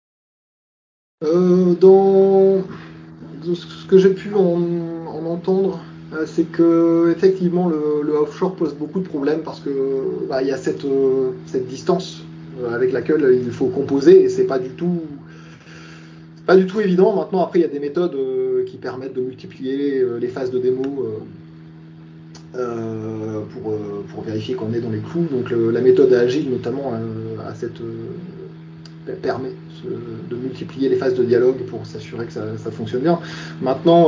Dans ce que j'ai pu en entendre, c'est que effectivement le offshore pose beaucoup de problèmes parce que il y a cette distance avec laquelle il faut composer et c'est pas du tout évident. Maintenant, après, il y a des méthodes qui permettent de multiplier les phases de démo pour vérifier qu'on est dans les clous. Donc la méthode agile notamment permet de multiplier les phases de dialogue pour s'assurer que ça fonctionne bien. Maintenant,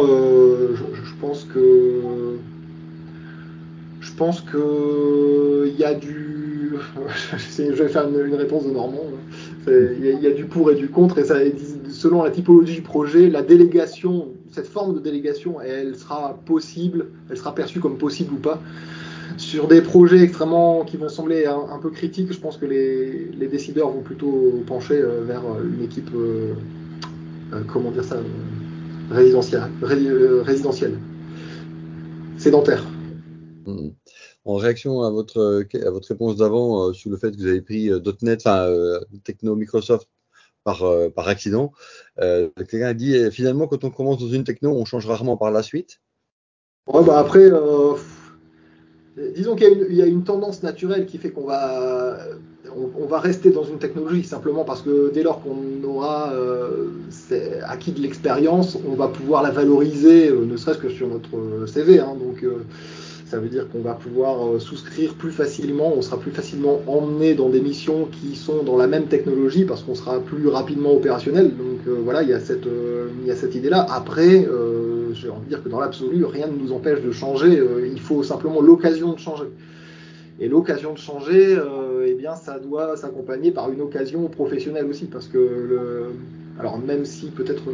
je pense que il y a du. Je vais faire une réponse de Normand. Il y a du pour et du contre, et selon la typologie du projet, la délégation, cette forme de délégation, elle sera possible, elle sera perçue comme possible ou pas. Sur des projets extrêmement qui vont sembler un peu critiques, je pense que les décideurs vont plutôt pencher vers une équipe, comment dire ça, résidentielle, sédentaire. Mhm. En réaction à votre réponse d'avant sur le fait que vous avez pris .NET, enfin techno Microsoft par accident, quelqu'un a dit finalement quand on commence dans une techno, on change rarement par la suite. Ouais, bah après, disons qu'il y a une tendance naturelle qui fait on va rester dans une technologie simplement parce que dès lors qu'on aura acquis de l'expérience, on va pouvoir la valoriser, ne serait-ce que sur notre CV. Hein. Donc ça veut dire qu'on va pouvoir souscrire plus facilement, on sera plus facilement emmené dans des missions qui sont dans la même technologie parce qu'on sera plus rapidement opérationnel. Donc voilà, il y a cette idée-là. Après, j'ai envie de dire que dans l'absolu, rien ne nous empêche de changer. Il faut simplement l'occasion de changer. Et l'occasion de changer, eh bien, ça doit s'accompagner par une occasion professionnelle aussi, parce que alors même si peut-être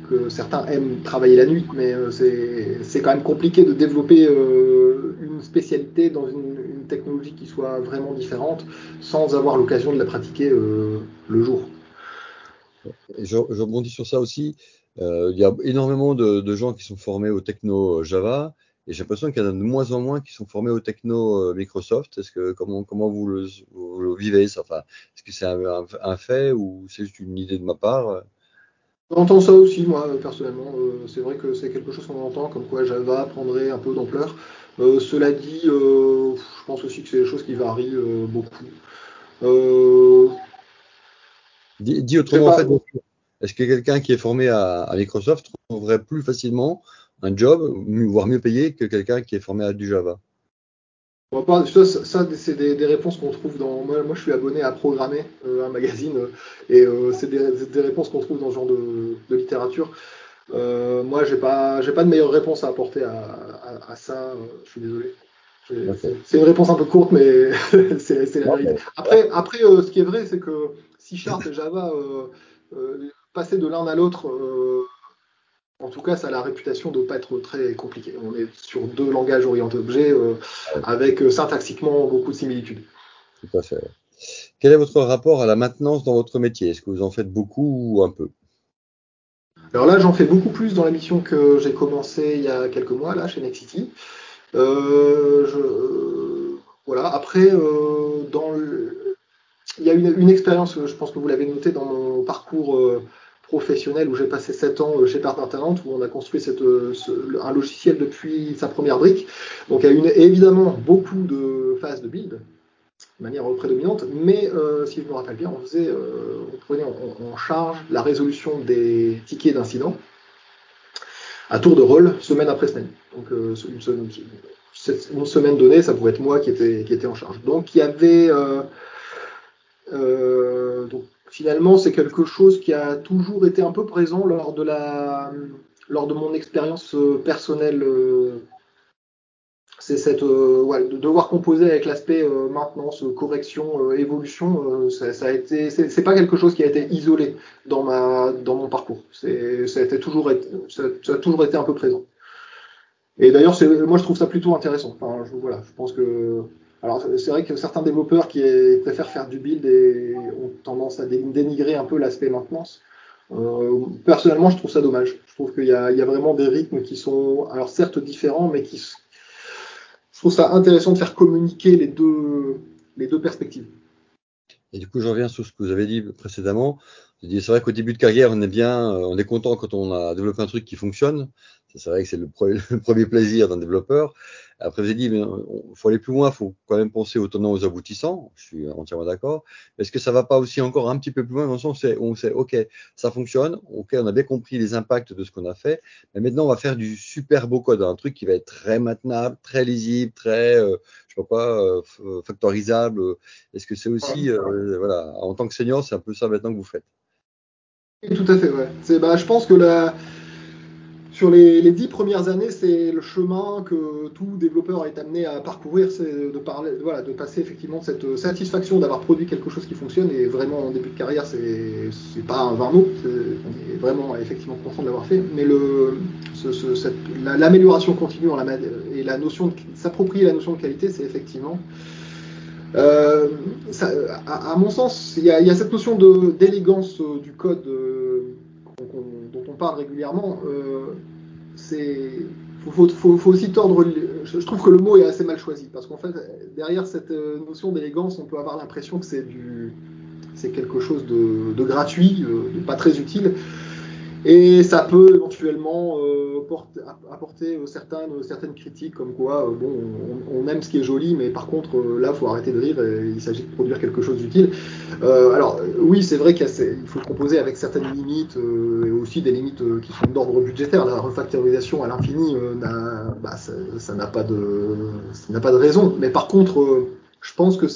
que certains aiment travailler la nuit, mais c'est quand même compliqué de développer une spécialité dans une technologie qui soit vraiment différente sans avoir l'occasion de la pratiquer le jour. Et je rebondis sur ça aussi. Il y a énormément de gens qui sont formés au techno Java, et j'ai l'impression qu'il y en a de moins en moins qui sont formés au techno Microsoft. Comment vous le vivez ça? Enfin, est-ce que c'est un fait ou c'est juste une idée de ma part? J'entends ça aussi, moi, personnellement. C'est vrai que c'est quelque chose qu'on entend, comme quoi Java prendrait un peu d'ampleur. Cela dit, je pense aussi que c'est des choses qui varient beaucoup. Euh, Dit je sais autrement, en pas, fait, est-ce que quelqu'un qui est formé à Microsoft trouverait plus facilement un job, voire mieux payé, que quelqu'un qui est formé à du Java? on va pas, c'est des réponses qu'on trouve dans. Moi, je suis abonné à Programmer, un magazine, et c'est des réponses qu'on trouve dans ce genre de littérature. Moi, j'ai pas de meilleure réponse à apporter à ça. Je suis désolé. Ok. C'est une réponse un peu courte, mais c'est la Non, vérité. mais Après ce qui est vrai, c'est que C# et Java, passer de l'un à l'autre, en tout cas, ça a la réputation de ne pas être très compliqué. On est sur deux langages orientés objets, avec syntaxiquement beaucoup de similitudes. tout à fait. Quel est votre rapport à la maintenance dans votre métier? Est-ce que vous en faites beaucoup ou un peu? Alors là, j'en fais beaucoup plus dans la mission que j'ai commencé il y a quelques mois, là, chez Nexity. Voilà. Après, il y a une expérience, je pense que vous l'avez noté dans mon parcours professionnel où j'ai passé 7 ans chez Partner Talent, où on a construit un logiciel depuis sa première brique. Donc il y a évidemment beaucoup de phases de build, de manière prédominante, mais si je me rappelle bien, on prenait en charge la résolution des tickets d'incidents à tour de rôle, semaine après semaine. Donc une semaine donnée, ça pouvait être moi qui était en charge. Donc il y avait donc finalement, c'est quelque chose qui a toujours été un peu présent lors de mon expérience personnelle. C'est ouais, de devoir composer avec l'aspect maintenance, correction, évolution. Ça a été, c'est pas quelque chose qui a été isolé dans mon parcours. Ça a toujours été un peu présent. Et d'ailleurs, moi, je trouve ça plutôt intéressant. Enfin, voilà, je pense que. Alors, c'est vrai que certains développeurs préfèrent faire du build et ont tendance à dénigrer un peu l'aspect maintenance. Personnellement, je trouve ça dommage. Je trouve qu'il y a vraiment des rythmes qui sont, alors certes différents, mais je trouve ça intéressant de faire communiquer les deux perspectives. Et du coup, je reviens sur ce que vous avez dit précédemment. C'est vrai qu'au début de carrière, on est bien, on est content quand on a développé un truc qui fonctionne. C'est vrai que c'est le premier plaisir d'un développeur. Après, vous avez dit, mais faut aller plus loin, il faut quand même penser aux tenants, aux aboutissants. Je suis entièrement d'accord. Est-ce que ça va pas aussi encore un petit peu plus loin dans le sens où on sait, OK, ça fonctionne, OK, on a bien compris les impacts de ce qu'on a fait, mais maintenant, on va faire du super beau code, un truc qui va être très maintenable, très lisible, très, je sais pas, factorisable. Est-ce que c'est aussi, voilà, en tant que senior, c'est un peu ça maintenant que vous faites? Et tout à fait, ouais. Je pense que sur les 10 premières années, c'est le chemin que tout développeur est amené à parcourir, c'est voilà, de passer effectivement cette satisfaction d'avoir produit quelque chose qui fonctionne. Et vraiment, en début de carrière, c'est pas un vain mot, on est vraiment effectivement content de l'avoir fait. Mais l'amélioration continue et s'approprier la notion de qualité, c'est effectivement. Euh, à mon sens, il y a cette notion d'élégance du code dont on parle régulièrement. Faut aussi tordre. Je trouve que le mot est assez mal choisi parce qu'en fait, derrière cette notion d'élégance, on peut avoir l'impression que c'est quelque chose de gratuit, de pas très utile. Et ça peut éventuellement apporter certaines critiques comme quoi, bon, on aime ce qui est joli, mais par contre, là, il faut arrêter de rire et il s'agit de produire quelque chose d'utile. Alors, oui, c'est vrai qu'il faut composer avec certaines limites, et aussi des limites qui sont d'ordre budgétaire. La refactorisation à l'infini, ça n'a pas de raison. Mais par contre, je pense que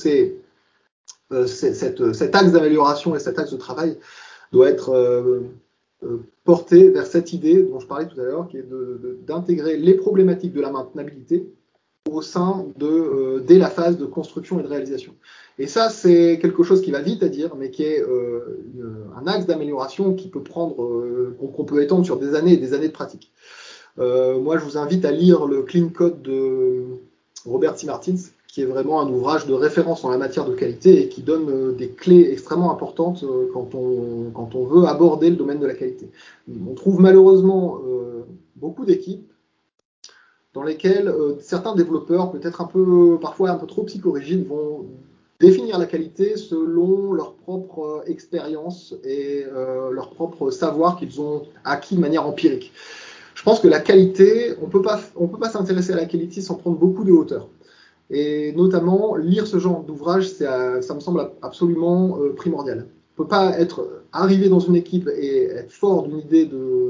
cet axe d'amélioration et cet axe de travail doit être porté vers cette idée dont je parlais tout à l'heure, qui est d'intégrer les problématiques de la maintenabilité au sein dès la phase de construction et de réalisation. Et ça, c'est quelque chose qui va vite à dire, mais qui est un axe d'amélioration qui peut qu'on peut étendre sur des années et des années de pratique. Moi, je vous invite à lire le Clean Code de Robert T. Martins, qui est vraiment un ouvrage de référence en la matière de qualité et qui donne des clés extrêmement importantes quand on veut aborder le domaine de la qualité. On trouve malheureusement beaucoup d'équipes dans lesquelles certains développeurs, peut-être parfois un peu trop psychorigides, vont définir la qualité selon leur propre expérience et leur propre savoir qu'ils ont acquis de manière empirique. Je pense que la qualité, on peut pas s'intéresser à la qualité sans prendre beaucoup de hauteur. Et notamment, lire ce genre d'ouvrage, ça me semble absolument primordial. On ne peut pas arriver dans une équipe et être fort d'une idée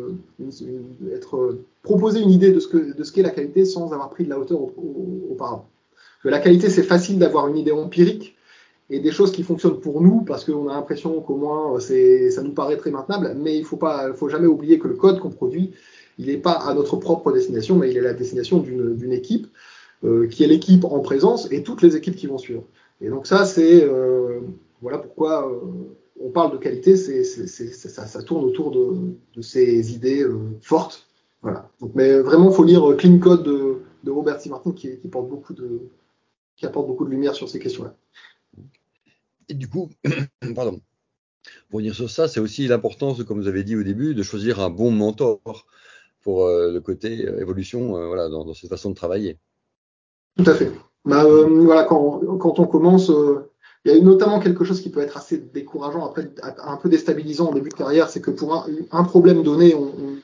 proposer une idée de ce qu'est la qualité sans avoir pris de la hauteur auparavant. Que la qualité, c'est facile d'avoir une idée empirique et des choses qui fonctionnent pour nous parce qu'on a l'impression qu'au moins ça nous paraît très maintenable, mais il faut jamais oublier que le code qu'on produit, il n'est pas à notre propre destination, mais il est à la destination d'une équipe qui est l'équipe en présence et toutes les équipes qui vont suivre. Et donc ça, voilà pourquoi on parle de qualité, ça tourne autour de ces idées fortes. Voilà. Donc, mais vraiment, il faut lire Clean Code de Robert T. Martin qui apporte beaucoup de lumière sur ces questions-là. Et du coup, pardon, pour revenir sur ça, c'est aussi l'importance, comme vous avez dit au début, de choisir un bon mentor pour le côté évolution voilà, dans cette façon de travailler. Tout à fait. Voilà, quand on commence, il y a notamment quelque chose qui peut être assez décourageant, après un peu déstabilisant en début de carrière, c'est que pour un problème donné,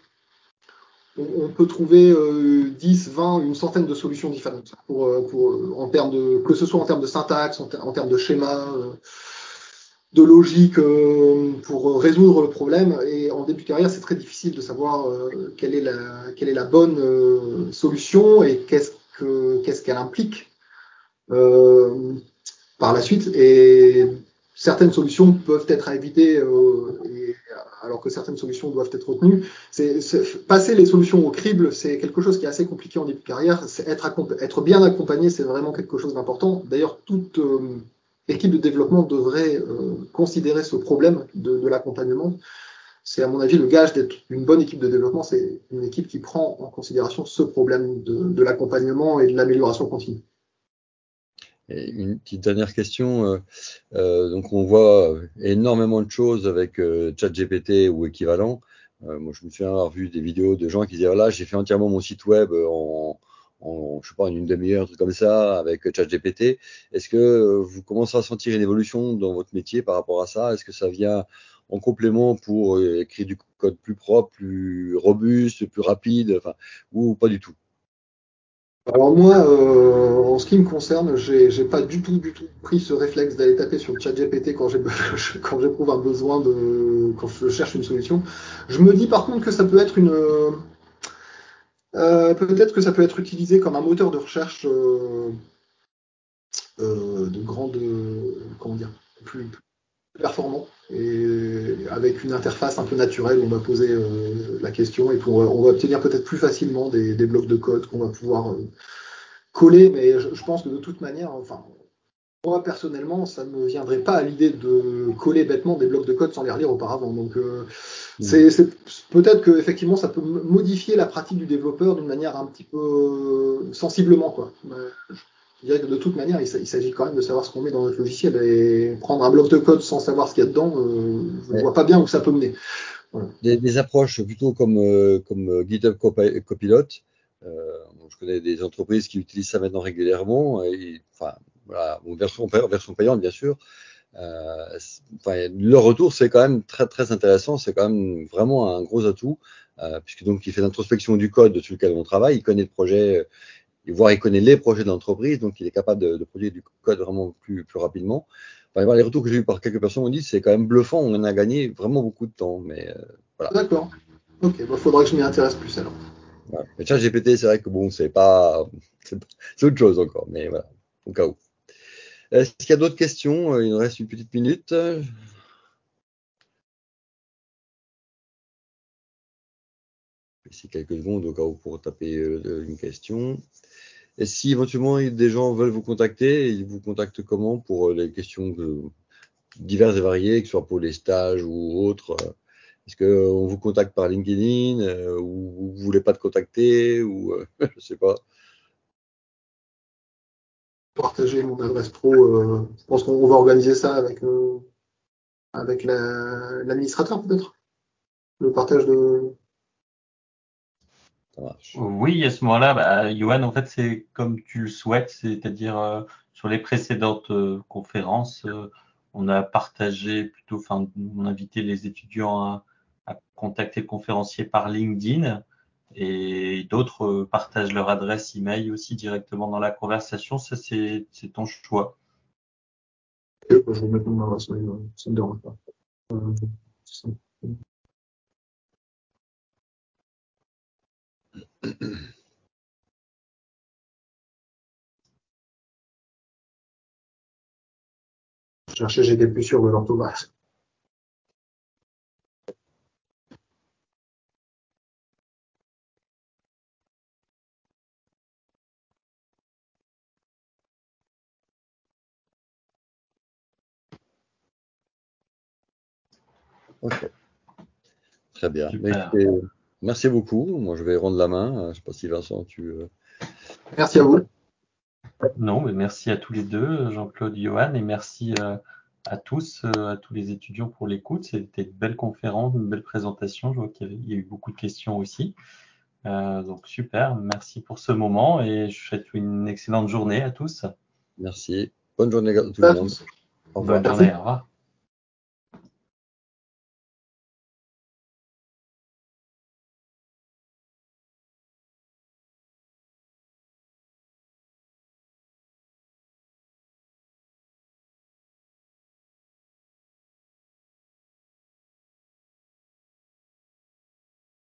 on peut trouver 10, 20, une centaine de solutions différentes, que ce soit en termes de syntaxe, en termes de schéma, de logique pour résoudre le problème. Et en début de carrière, c'est très difficile de savoir quelle est la bonne solution et qu'est-ce qu'elle implique par la suite. Et certaines solutions peuvent être à éviter, alors que certaines solutions doivent être retenues. Passer les solutions au crible, c'est quelque chose qui est assez compliqué en début de carrière. Être bien accompagné, c'est vraiment quelque chose d'important. D'ailleurs, toute équipe de développement devrait considérer ce problème de l'accompagnement. C'est à mon avis le gage d'être une bonne équipe de développement, c'est une équipe qui prend en considération ce problème de l'accompagnement et de l'amélioration continue. Et une petite dernière question. Donc, on voit énormément de choses avec ChatGPT ou équivalent. Moi, je me souviens avoir vu des vidéos de gens qui disaient voilà, j'ai fait entièrement mon site web je sais pas, une demi-heure, un truc comme ça, avec ChatGPT. Est-ce que vous commencez à sentir une évolution dans votre métier par rapport à ça? Est-ce que ça vient en complément pour écrire du code plus propre, plus robuste, plus rapide, enfin, ou pas du tout? Alors moi, en ce qui me concerne, j'ai pas du tout pris ce réflexe d'aller taper sur le chat GPT quand j'éprouve un besoin quand je cherche une solution. Je me dis par contre que ça peut être peut-être que ça peut être utilisé comme un moteur de recherche de grande, comment dire, plus performant et avec une interface un peu naturelle. On va poser la question et on va obtenir peut-être plus facilement des blocs de code qu'on va pouvoir coller, mais je pense que de toute manière, enfin, moi personnellement, ça ne me viendrait pas à l'idée de coller bêtement des blocs de code sans les relire auparavant. Donc, peut-être que effectivement, ça peut modifier la pratique du développeur d'une manière un petit peu sensiblement, quoi. Je dirais que de toute manière, il s'agit quand même de savoir ce qu'on met dans notre logiciel et prendre un bloc de code sans savoir ce qu'il y a dedans, je ne vois pas bien où ça peut mener. Voilà. Des approches plutôt comme GitHub Copilot. Je connais des entreprises qui utilisent ça maintenant régulièrement. Et, enfin, voilà, version payante, bien sûr. Le retour, c'est quand même très, très intéressant. C'est quand même vraiment un gros atout, puisque donc il fait l'introspection du code sur lequel on travaille. Il connaît le projet, voire il connaît les projets de l'entreprise, donc il est capable de produire du code vraiment plus rapidement. Enfin, les retours que j'ai eu par quelques personnes m'ont dit c'est quand même bluffant. On a gagné vraiment beaucoup de temps, mais voilà. D'accord. Ok, faudrait que je m'y intéresse plus alors. Voilà. Mais ChatGPT, c'est vrai que bon, c'est autre chose encore, mais voilà, au cas où. Est-ce qu'il y a d'autres questions? Il nous reste une petite minute. Ici quelques secondes au cas où pour taper une question. Et si éventuellement des gens veulent vous contacter, ils vous contactent comment pour les questions diverses et variées, que ce soit pour les stages ou autres? Est-ce qu'on vous contacte par LinkedIn ou vous voulez pas te contacter ou je sais pas. Partager mon adresse pro. Je pense qu'on va organiser ça avec l'administrateur peut-être. Le partage de. Ça marche. Oui, à ce moment-là, Johan, en fait, c'est comme tu le souhaites, c'est-à-dire sur les précédentes conférences, on a partagé plutôt, enfin, on a invité les étudiants à contacter le conférencier par LinkedIn et d'autres partagent leur adresse email aussi directement dans la conversation. Ça, c'est ton choix. Je vais mettre mon adresse mail, ça ne me dérange pas. Euh, ça- Je cherchais, j'étais plus sûr de l'orthographe. Ok, très bien. Mais Super. écoutez, merci beaucoup. Moi, je vais rendre la main. Je sais pas si Vincent, tu. Merci à vous. Non, mais merci à tous les deux, Jean-Claude, Johan, et merci à tous, à tous les étudiants pour l'écoute. C'était une belle conférence, une belle présentation. Je vois qu'il y a eu beaucoup de questions aussi. Donc super, merci pour ce moment et je vous souhaite une excellente journée à tous. Merci. Bonne journée à tout le À monde. tous. Au revoir. Bonne journée, Merci. au revoir.